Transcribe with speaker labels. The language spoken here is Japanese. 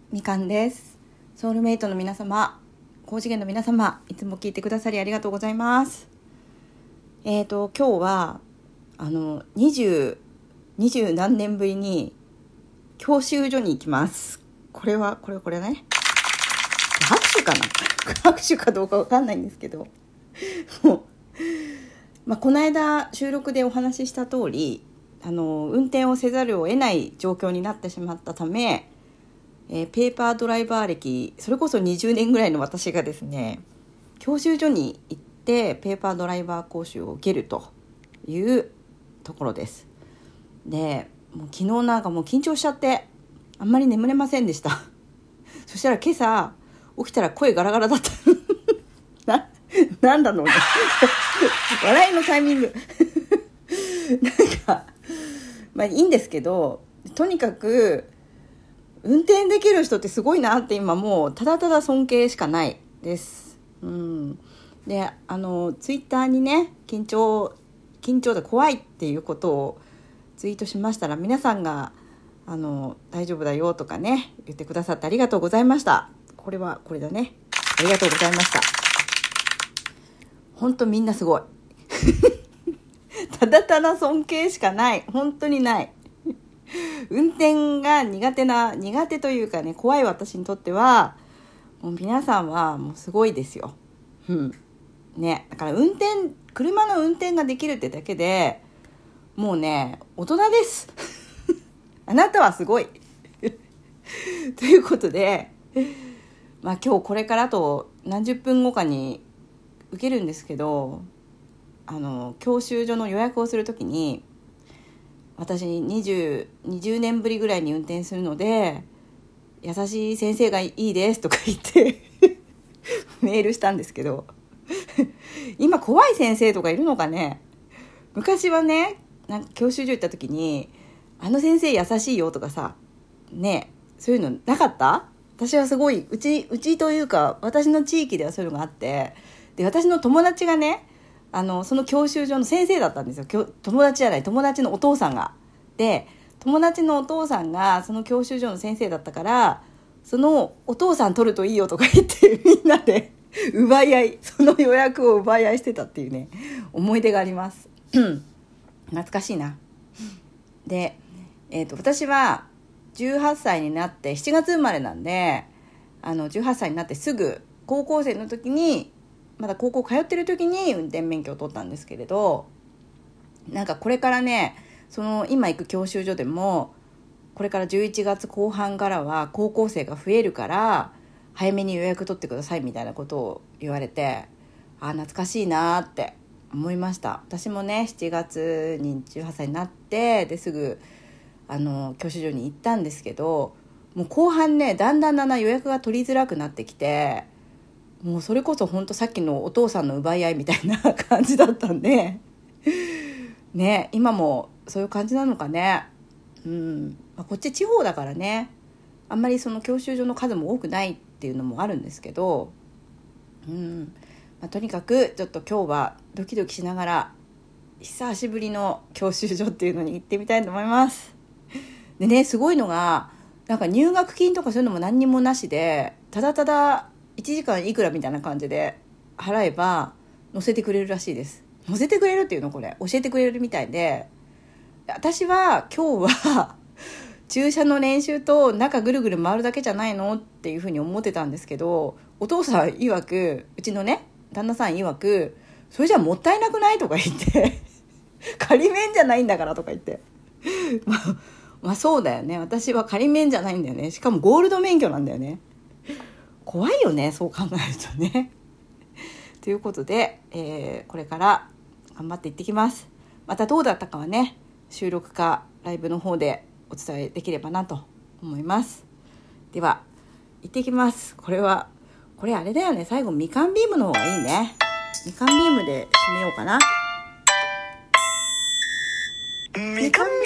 Speaker 1: みかんです。ソウルメイトの皆様、高次元の皆様、いつも聞いてくださりありがとうございます。今日は20何年ぶりに教習所に行きます。これね、拍手かな拍手かどうかわかんないんですけどもう、この間収録でお話しした通り運転をせざるを得ない状況になってしまったため、ペーパードライバー歴それこそ20年ぐらいの私がですね、教習所に行ってペーパードライバー講習を受けるというところです。で、もう昨日なんかもう緊張しちゃってあんまり眠れませんでしたそしたら今朝起きたら声ガラガラだったなんだろうね笑いのタイミングなんかいいんですけど、とにかく運転できる人ってすごいなって今もうただただ尊敬しかないです。でツイッターにね、緊張で怖いっていうことをツイートしましたら、皆さんが大丈夫だよとかね言ってくださってありがとうございました。これだね、ありがとうございました。本当みんなすごいただただ尊敬しかない、本当にない運転が苦手というかね、怖い私にとってはもう皆さんはもうすごいですよ。ね、だから車の運転ができるってだけでもうね、大人ですあなたはすごいということで、今日これからあと何十分後かに受けるんですけど、教習所の予約をするときに、私20年ぶりぐらいに運転するので、優しい先生がいいですとか言ってメールしたんですけど今怖い先生とかいるのかね。昔はね、なんか教習所行った時に先生優しいよとかさね、そういうのなかった？私はすごい、うちというか私の地域ではそういうのがあって、で私の友達がね、その教習所の先生だったんですよ。友達のお父さんが。で、友達のお父さんがその教習所の先生だったから、そのお父さん取るといいよとか言ってみんなで奪い合い、その予約を奪い合いしてたっていうね、思い出があります懐かしいな。で、私は18歳になって7月生まれなんで、18歳になってすぐ高校生の時に、まだ高校通ってる時に運転免許を取ったんですけれど、なんかこれからね、その今行く教習所でもこれから11月後半からは高校生が増えるから早めに予約取ってくださいみたいなことを言われて、懐かしいなって思いました。私もね、7月に18歳になって、ですぐ教習所に行ったんですけど、もう後半ね、だんだん予約が取りづらくなってきて、もうそれこそ本当さっきのお父さんの奪い合いみたいな感じだったんでね、今もそういう感じなのかね。こっち地方だからね、あんまりその教習所の数も多くないっていうのもあるんですけど、とにかくちょっと今日はドキドキしながら久しぶりの教習所っていうのに行ってみたいと思います。でね、すごいのが、なんか入学金とかそういうのも何にもなしで、ただただ1時間いくらみたいな感じで払えば乗せてくれるらしいです。乗せてくれるっていうの、これ教えてくれるみたいで、私は今日は駐車の練習と中ぐるぐる回るだけじゃないのっていうふうに思ってたんですけど、お父さん曰く、うちのね旦那さん曰く、それじゃもったいなくないとか言って仮免じゃないんだからとか言ってそうだよね、私は仮免じゃないんだよね、しかもゴールド免許なんだよね。怖いよね、そう考えるとねということで、これから頑張って行ってきます。またどうだったかはね、収録かライブの方でお伝えできればなと思います。では行ってきます。これあれだよね、最後みかんビームの方がいいね。みかんビームで締めようかな。みかんビ